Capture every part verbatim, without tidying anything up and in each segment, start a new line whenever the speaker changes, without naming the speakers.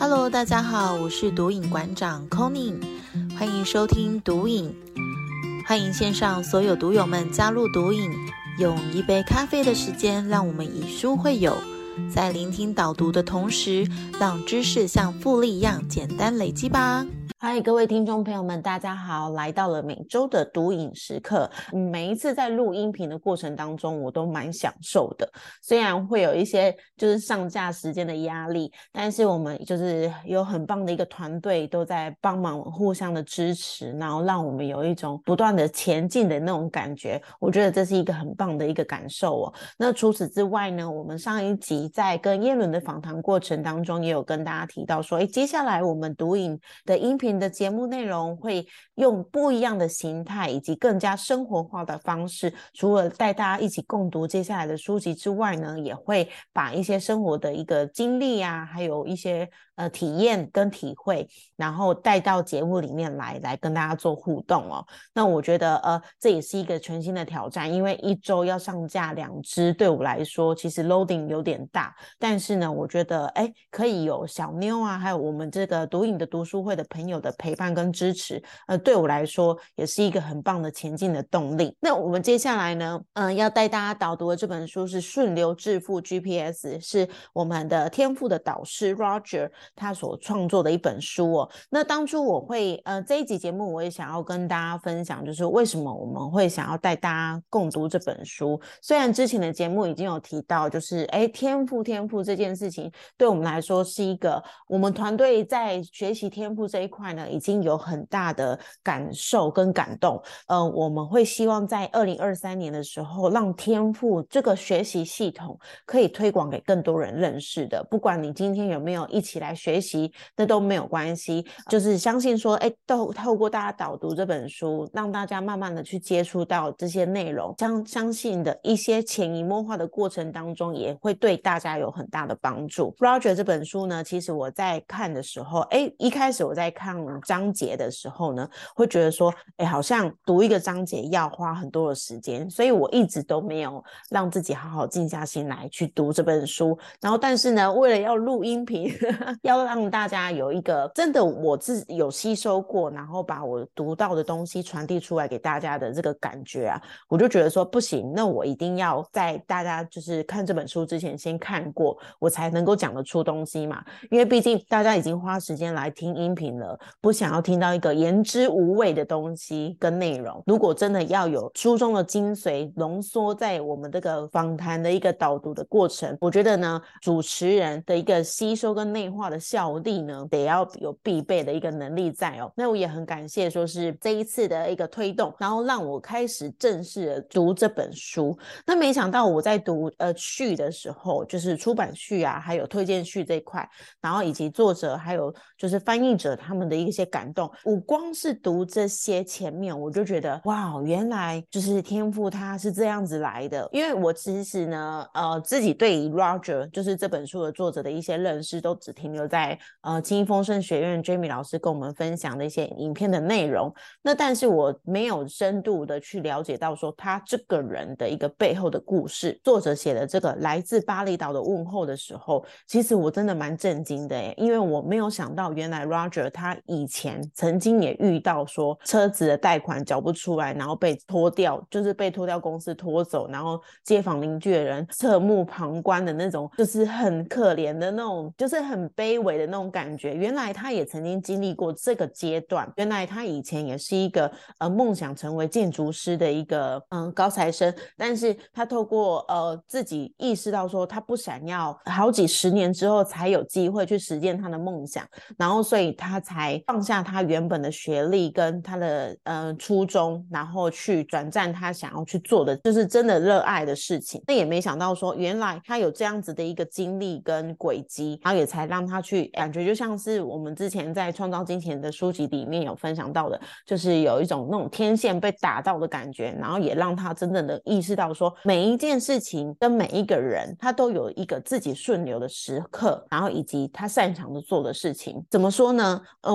Hello， 大家好，我是毒瘾馆长 Connie， 欢迎收听毒瘾，欢迎线上所有毒友们加入毒瘾，用一杯咖啡的时间，让我们以书会友，在聆听导读的同时，让知识像复利一样简单累积吧。嗨，各位听众朋友们，大家好，来到了每周的毒瘾时刻。每一次在录音频的过程当中，我都蛮享受的。虽然会有一些就是上架时间的压力，但是我们就是有很棒的一个团队都在帮忙，互相的支持，然后让我们有一种不断的前进的那种感觉。我觉得这是一个很棒的一个感受哦。那除此之外呢，我们上一集在跟耶伦的访谈过程当中，也有跟大家提到说，诶，接下来我们毒瘾的音频的节目内容会用不一样的形态以及更加生活化的方式，除了带大家一起共读接下来的书籍之外呢，也会把一些生活的一个经历啊，还有一些呃体验跟体会，然后带到节目里面来来跟大家做互动哦。那我觉得呃这也是一个全新的挑战，因为一周要上架两支，对我来说其实 loading 有点大，但是呢我觉得哎可以有小妞啊，还有我们这个毒瘾的读书会的朋友的陪伴跟支持，呃对我来说也是一个很棒的前进的动力。那我们接下来呢呃要带大家导读的这本书是顺流致富 G P S， 是我们的天赋的导师 Roger 他所创作的一本书哦。那当初我会呃这一集节目我也想要跟大家分享，就是为什么我们会想要带大家共读这本书。虽然之前的节目已经有提到，就是哎天赋天赋这件事情对我们来说是一个，我们团队在学习天赋这一块呢已经有很大的感受跟感动。呃我们会希望在二零二三年的时候，让天赋这个学习系统可以推广给更多人认识的，不管你今天有没有一起来学习，那都没有关系，就是相信说哎，透透过大家导读这本书，让大家慢慢的去接触到这些内容，相相信的一些潜移默化的过程当中，也会对大家有很大的帮助。 Roger 这本书呢，其实我在看的时候，哎，一开始我在看章节的时候呢，会觉得说哎，好像读一个章节要花很多的时间，所以我一直都没有让自己好好静下心来去读这本书。然后但是呢，为了要录音频要让大家有一个真的我自己有吸收过，然后把我读到的东西传递出来给大家的这个感觉啊，我就觉得说不行，那我一定要在大家就是看这本书之前先看过，我才能够讲得出东西嘛。因为毕竟大家已经花时间来听音频了，不想要听到一个言之无味的东西跟内容。如果真的要有书中的精髓浓缩在我们这个访谈的一个导读的过程，我觉得呢主持人的一个吸收跟内化的效力呢得要有必备的一个能力在哦。那我也很感谢说是这一次的一个推动，然后让我开始正式的读这本书。那没想到我在读呃序的时候，就是出版序啊，还有推荐序这一块，然后以及作者还有就是翻译者他们的一些感动，我光是读这些前面我就觉得哇，原来就是天赋它是这样子来的。因为我其实呢呃自己对于 Roger 就是这本书的作者的一些认识都只停留在呃轻易丰盛学院 Jamie 老师跟我们分享的一些影片的内容，那但是我没有深度的去了解到说他这个人的一个背后的故事。作者写的这个来自巴厘岛的问候的时候，其实我真的蛮震惊的耶，因为我没有想到原来 Roger 他以前曾经也遇到说车子的贷款缴不出来，然后被拖掉，就是被拖掉公司拖走，然后街坊邻居的人侧目旁观的那种，就是很可怜的那种，就是很卑微的那种感觉。原来他也曾经经历过这个阶段，原来他以前也是一个呃梦想成为建筑师的一个嗯高材生，但是他透过呃自己意识到说他不想要好几十年之后才有机会去实践他的梦想，然后所以他才放下他原本的学历跟他的呃初衷，然后去转战他想要去做的就是真的热爱的事情。那也没想到说原来他有这样子的一个经历跟轨迹，然后也才让他去感觉就像是我们之前在创造金钱的书籍里面有分享到的，就是有一种那种天线被打到的感觉，然后也让他真正的意识到说每一件事情跟每一个人他都有一个自己顺流的时刻，然后以及他擅长的做的事情。怎么说呢呃，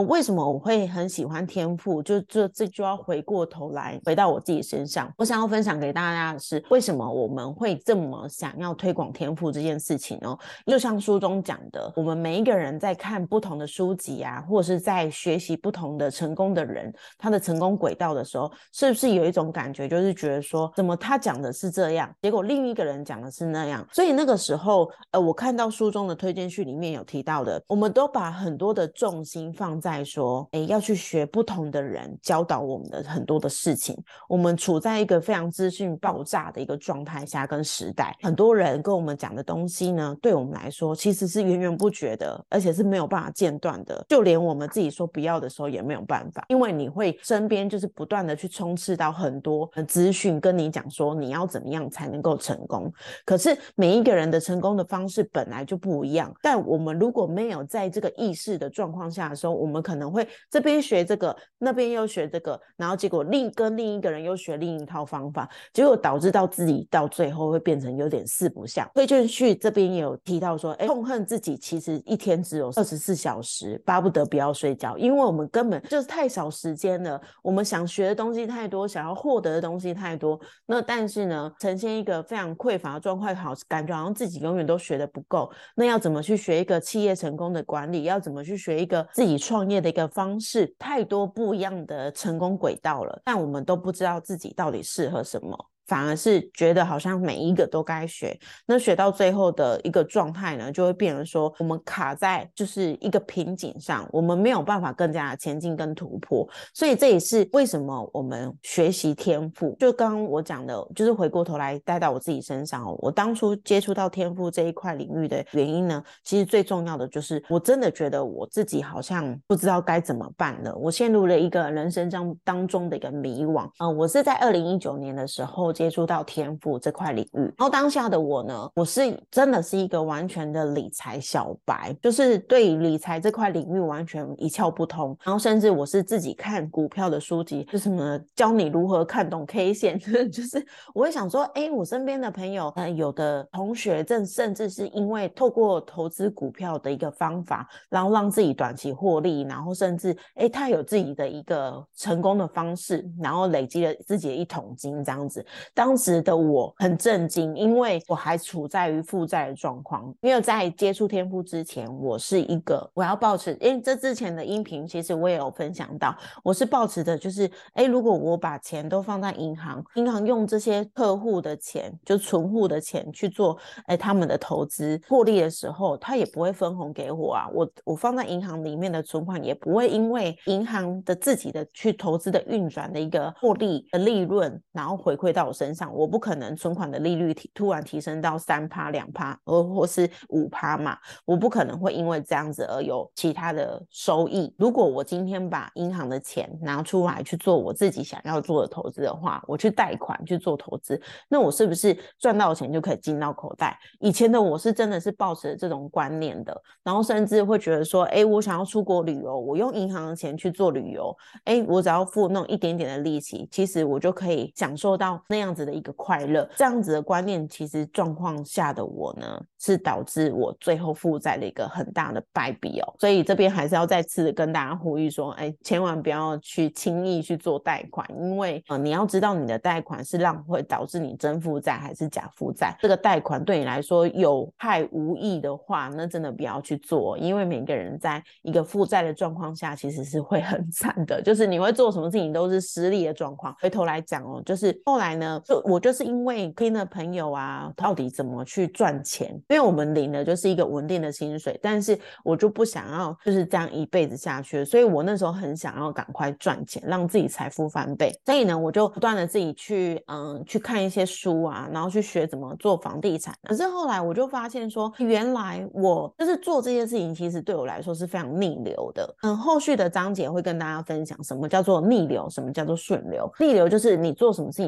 为什么我会很喜欢天赋，就就这就要回过头来回到我自己身上。我想要分享给大家的是，为什么我们会这么想要推广天赋这件事情哦。就像书中讲的，我们每一个人在看不同的书籍啊，或者是在学习不同的成功的人他的成功轨道的时候，是不是有一种感觉，就是觉得说怎么他讲的是这样，结果另一个人讲的是那样。所以那个时候呃，我看到书中的推荐序里面有提到的，我们都把很多的重心放在说诶要去学不同的人教导我们的很多的事情。我们处在一个非常资讯爆炸的一个状态下跟时代，很多人跟我们讲的东西呢，对我们来说其实是源源不绝的，而且是没有办法间断的，就连我们自己说不要的时候也没有办法，因为你会身边就是不断的去充斥到很多资讯跟你讲说你要怎么样才能够成功。可是每一个人的成功的方式本来就不一样，但我们如果没有在这个意识的状况下的时候，我们可能会这边学这个，那边又学这个，然后结果另跟另一个人又学另一套方法，结果导致到自己到最后会变成有点四不像。推荐序这边也有提到说，痛恨自己其实一天只有二十四小时，巴不得不要睡觉，因为我们根本就是太少时间了，我们想学的东西太多，想要获得的东西太多，那但是呢呈现一个非常匮乏的状况，好感觉好像自己永远都学得不够。那要怎么去学一个企业成功的管理，要怎么去学一个自己创业的一个方式，太多不一样的成功轨道了，但我们都不知道自己到底适合什么，反而是觉得好像每一个都该学。那学到最后的一个状态呢，就会变成说我们卡在就是一个瓶颈上，我们没有办法更加的前进跟突破。所以这也是为什么我们学习天赋，就刚刚我讲的，就是回过头来带到我自己身上，我当初接触到天赋这一块领域的原因呢，其实最重要的就是我真的觉得我自己好像不知道该怎么办了，我陷入了一个人生当中的一个迷惘。呃、我是在二零一九年的时候接触到天赋这块领域，然后当下的我呢，我是真的是一个完全的理财小白，就是对理财这块领域完全一窍不通，然后甚至我是自己看股票的书籍，就是什么教你如何看懂 K 线就是我会想说诶我身边的朋友、呃、有的同学正甚至是因为透过投资股票的一个方法，然后让自己短期获利，然后甚至诶他有自己的一个成功的方式，然后累积了自己的一桶金这样子。当时的我很震惊，因为我还处在于负债的状况。因为在接触天赋之前，我是一个我要抱持，因为这之前的音频其实我也有分享到，我是抱持的就是诶如果我把钱都放在银行，银行用这些客户的钱就存户的钱去做诶他们的投资获利的时候，他也不会分红给我啊，我我放在银行里面的存款也不会因为银行的自己的去投资的运转的一个获利的利润然后回馈到我身上，我不可能存款的利率突然提升到 百分之三 百分之二 或是 百分之五 嘛，我不可能会因为这样子而有其他的收益。如果我今天把银行的钱拿出来去做我自己想要做的投资的话，我去贷款去做投资，那我是不是赚到钱就可以进到口袋？以前的我是真的是抱持这种观念的，然后甚至会觉得说诶我想要出国旅游，我用银行的钱去做旅游，诶我只要付那种一点点的利息，其实我就可以享受到那样子的一个快乐。这样子的观念其实状况下的我呢，是导致我最后负债的一个很大的败笔哦。所以这边还是要再次跟大家呼吁说诶千万不要去轻易去做贷款，因为、呃、你要知道你的贷款是让会导致你真负债还是假负债，这个贷款对你来说有害无益的话，那真的不要去做，因为每个人在一个负债的状况下其实是会很惨的，就是你会做什么事情都是失利的状况。回头来讲哦，就是后来呢就我就是因为听了朋友啊到底怎么去赚钱，因为我们领的就是一个稳定的薪水，但是我就不想要就是这样一辈子下去，所以我那时候很想要赶快赚钱，让自己财富翻倍。所以呢我就不断的自己去嗯去看一些书啊，然后去学怎么做房地产。可是后来我就发现说原来我就是做这些事情其实对我来说是非常逆流的。嗯，后续的章节会跟大家分享什么叫做逆流，什么叫做顺流。逆流就是你做什么事情都觉得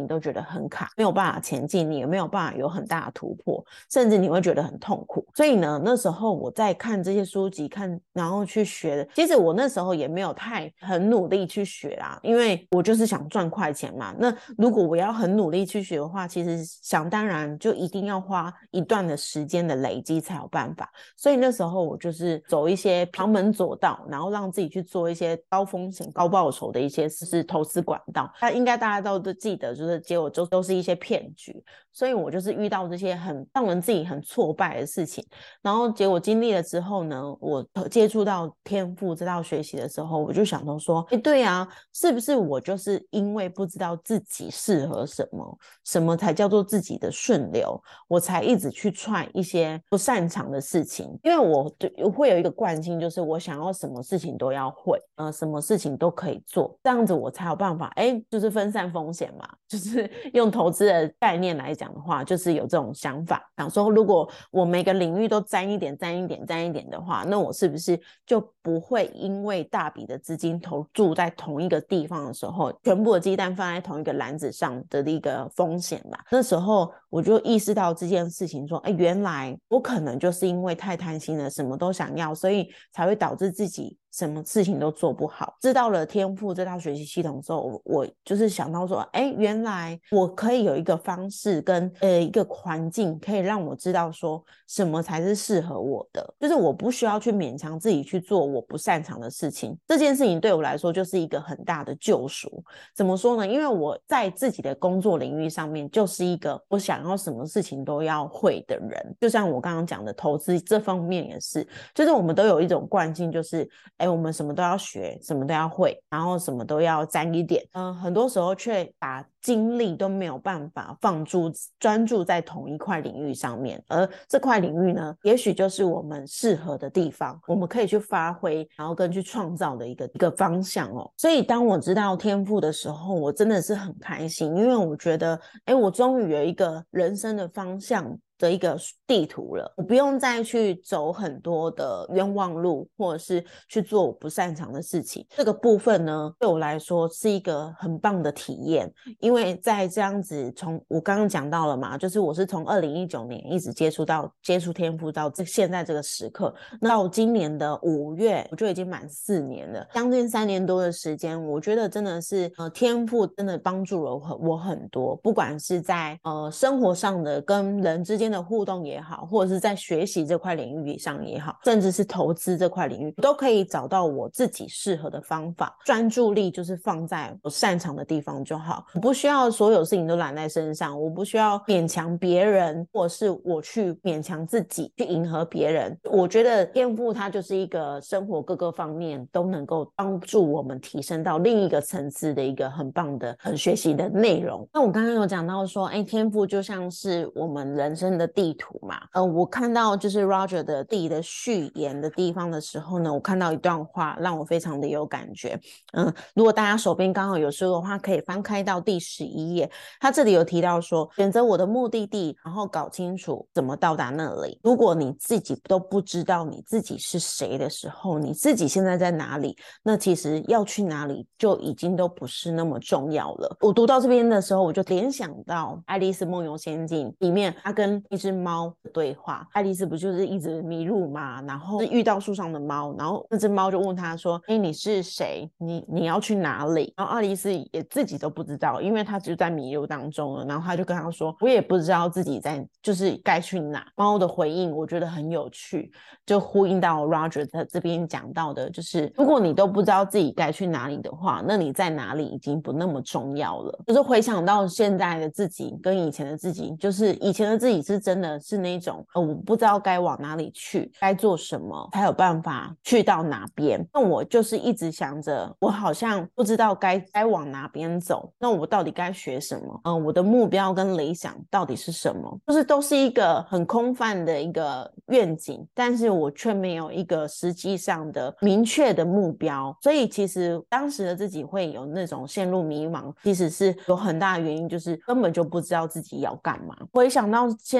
很卡，没有办法前进，你也没有办法有很大的突破，甚至你会觉得很痛苦。所以呢，那时候我在看这些书籍，看然后去学的，其实我那时候也没有太很努力去学啦，因为我就是想赚快钱嘛。那如果我要很努力去学的话，其实想当然就一定要花一段的时间的累积才有办法。所以那时候我就是走一些旁门左道，然后让自己去做一些高风险高报酬的一些是投资管道。那应该大家都记得，就是结果就都是一些骗局。所以我就是遇到这些很让人自己很挫败的事情，然后结果经历了之后呢，我接触到天赋这道学习的时候，我就想到说，诶，对啊，是不是我就是因为不知道自己适合什么，什么才叫做自己的顺流，我才一直去try一些不擅长的事情。因为我我会有一个惯性，就是我想要什么事情都要会，呃，什么事情都可以做，这样子我才有办法，诶，就是分散风险嘛，就是用投资的概念来讲的话，就是有这种想法，想说如果我每个领域都沾一点沾一点沾一点的话，那我是不是就不会因为大笔的资金投注在同一个地方的时候，全部的鸡蛋放在同一个篮子上的一个风险嘛。那时候我就意识到这件事情，说哎，原来我可能就是因为太贪心了，什么都想要，所以才会导致自己什么事情都做不好。知道了天赋这套学习系统之后，我, 我就是想到说，哎，原来我可以有一个方式跟呃一个环境，可以让我知道说什么才是适合我的，就是我不需要去勉强自己去做我不擅长的事情。这件事情对我来说就是一个很大的救赎。怎么说呢？因为我在自己的工作领域上面就是一个我想要什么事情都要会的人，就像我刚刚讲的投资这方面也是，就是我们都有一种惯性，就是哎，我们什么都要学，什么都要会，然后什么都要沾一点，嗯、呃，很多时候却把精力都没有办法放住专注在同一块领域上面，而这块领域呢，也许就是我们适合的地方，我们可以去发挥，然后跟去创造的一个一个方向哦。所以当我知道天赋的时候，我真的是很开心，因为我觉得，哎，我终于有一个人生的方向的一个地图了，我不用再去走很多的冤枉路，或者是去做我不擅长的事情。这个部分呢，对我来说是一个很棒的体验，因为在这样子，从我刚刚讲到了嘛，就是我是从二零一九年一直接触到接触天赋到现在这个时刻，到今年的五月，我就已经满四年了，将近三年多的时间，我觉得真的是呃天赋真的帮助了我我很多，不管是在呃生活上的跟人之间的互动也好，或者是在学习这块领域上也好，甚至是投资这块领域，都可以找到我自己适合的方法。专注力就是放在我擅长的地方就好，我不需要所有事情都揽在身上，我不需要勉强别人，或者是我去勉强自己去迎合别人。我觉得天赋它就是一个生活各个方面都能够帮助我们提升到另一个层次的一个很棒的很学习的内容。那我刚刚有讲到说，哎，天赋就像是我们人生的地图嘛。呃，我看到就是 Roger 的第的序言的地方的时候呢，我看到一段话让我非常的有感觉。嗯，如果大家手边刚好有书的话，可以翻开到第十一页。他这里有提到说，选择我的目的地，然后搞清楚怎么到达那里。如果你自己都不知道你自己是谁的时候，你自己现在在哪里，那其实要去哪里就已经都不是那么重要了。我读到这边的时候，我就联想到《爱丽丝梦游仙境》里面他跟一只猫的对话。爱丽丝不就是一直迷路嘛，然后遇到树上的猫，然后那只猫就问他说，哎，你是谁？你你要去哪里？然后爱丽丝也自己都不知道，因为她就在迷路当中了。然后他就跟他说，我也不知道自己在就是该去哪。猫的回应我觉得很有趣，就呼应到 Roger 他这边讲到的，就是如果你都不知道自己该去哪里的话，那你在哪里已经不那么重要了。就是回想到现在的自己跟以前的自己，就是以前的自己是真的是那种、呃、我不知道该往哪里去，该做什么才有办法去到哪边。那我就是一直想着我好像不知道该该往哪边走，那我到底该学什么、呃、我的目标跟理想到底是什么，就是都是一个很空泛的一个愿景，但是我却没有一个实际上的明确的目标。所以其实当时的自己会有那种陷入迷茫，其实是有很大的原因就是根本就不知道自己要干嘛。回想到现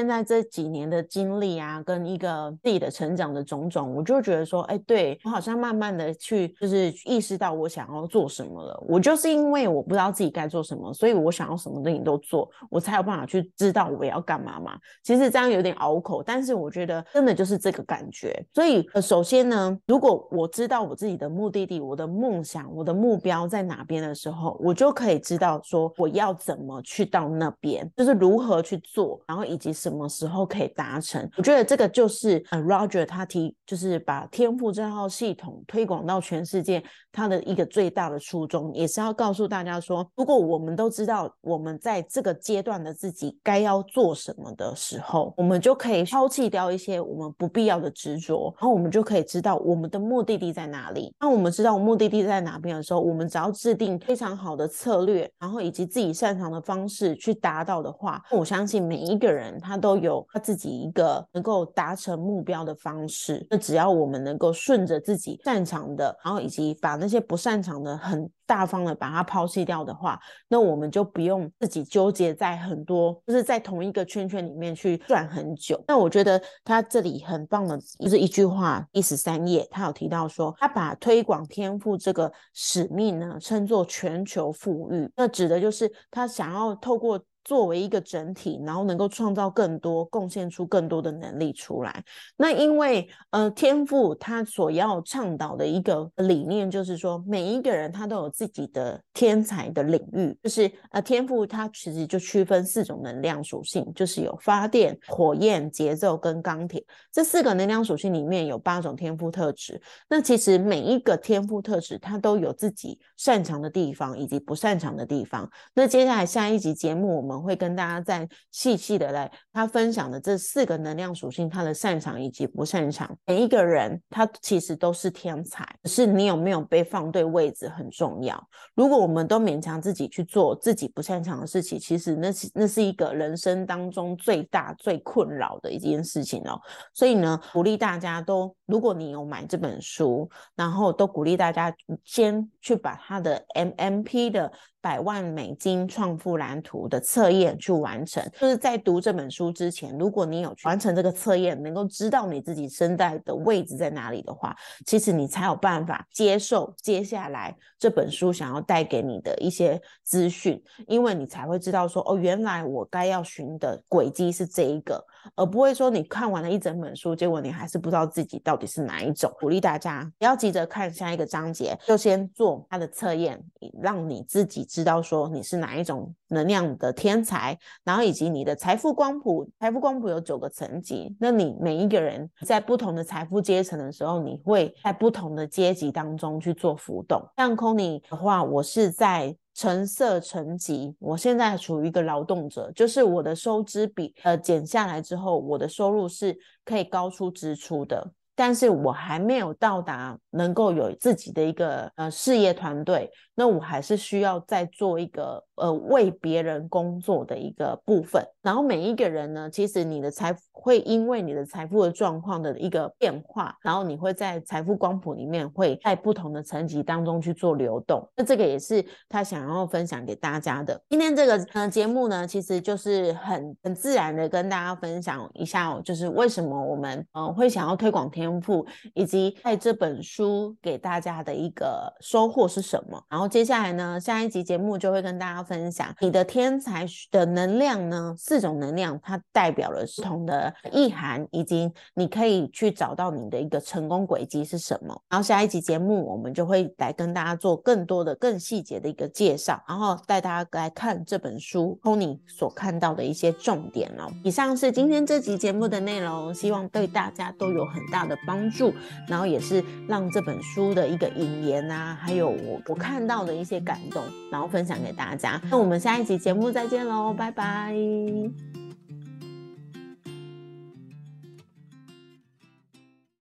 在这几年的经历啊，跟一个自己的成长的种种，我就觉得说，哎，对，我好像慢慢的去就是意识到我想要做什么了。我就是因为我不知道自己该做什么，所以我想要什么东西都做，我才有办法去知道我要干嘛嘛。其实这样有点拗口，但是我觉得真的就是这个感觉。所以、呃、首先呢，如果我知道我自己的目的地、我的梦想、我的目标在哪边的时候，我就可以知道说我要怎么去到那边，就是如何去做，然后以及什么时候可以达成。我觉得这个就是、呃、Roger 他提就是把天赋这套系统推广到全世界，他的一个最大的初衷，也是要告诉大家说，如果我们都知道我们在这个阶段的自己该要做什么的时候，我们就可以抛弃掉一些我们不必要的执着，然后我们就可以知道我们的目的地在哪里。当我们知道目的地在哪边的时候，我们只要制定非常好的策略，然后以及自己擅长的方式去达到的话，我相信每一个人他都有他自己一个能够达成目标的方式。那只要我们能够顺着自己擅长的，然后以及把那些不擅长的很大方的把它抛弃掉的话，那我们就不用自己纠结在很多就是在同一个圈圈里面去转很久。那我觉得他这里很棒的就是一句话，第十三页他有提到说，他把推广天赋这个使命呢称作全球富裕。那指的就是他想要透过作为一个整体，然后能够创造更多，贡献出更多的能力出来。那因为呃天赋他所要倡导的一个理念就是说，每一个人他都有自己的天才的领域，就是呃天赋它其实就区分四种能量属性，就是有发电、火焰、节奏跟钢铁。这四个能量属性里面有八种天赋特质。那其实每一个天赋特质它都有自己擅长的地方以及不擅长的地方。那接下来下一集节目我们会跟大家再细细的来他分享的这四个能量属性，他的擅长以及不擅长。每一个人他其实都是天才，可是你有没有被放对位置很重要。如果我们都勉强自己去做自己不擅长的事情，其实那是那是一个人生当中最大最困扰的一件事情哦。所以呢，鼓励大家都，如果你有买这本书，然后都鼓励大家先去把他的 M M P 的百万美金创富蓝图的测验去完成。就是在读这本书之前，如果你有去完成这个测验，能够知道你自己身在的位置在哪里的话，其实你才有办法接受接下来这本书想要带给你的一些资讯，因为你才会知道说，哦，原来我该要寻的轨迹是这一个，而不会说你看完了一整本书，结果你还是不知道自己到底是哪一种。鼓励大家不要急着看下一个章节，就先做它的测验，让你自己知道说你是哪一种能量的天才，然后以及你的财富光谱。财富光谱有九个层级，那你每一个人在不同的财富阶层的时候，你会在不同的阶级当中去做浮动。像 Connie 的话，我是在橙色层级，我现在处于一个劳动者，就是我的收支比呃减下来之后，我的收入是可以高出支出的，但是我还没有到达能够有自己的一个呃事业团队，那我还是需要再做一个呃为别人工作的一个部分。然后每一个人呢，其实你的财富会因为你的财富的状况的一个变化，然后你会在财富光谱里面会在不同的层级当中去做流动。那这个也是他想要分享给大家的。今天这个呃节目呢，其实就是很很自然的跟大家分享一下、哦、就是为什么我们呃会想要推广天赋，以及在这本书给大家的一个收获是什么。然后接下来呢，下一集节目就会跟大家分享你的天才的能量呢，四种能量它代表了不同的意涵，以及你可以去找到你的一个成功轨迹是什么。然后下一集节目我们就会来跟大家做更多的更细节的一个介绍，然后带大家来看这本书 Connie 所看到的一些重点哦。以上是今天这集节目的内容，希望对大家都有很大的帮助，然后也是让这本书的一个引言啊，还有我我看到的一些感动，然后分享给大家。那我们下一集节目再见咯，拜拜。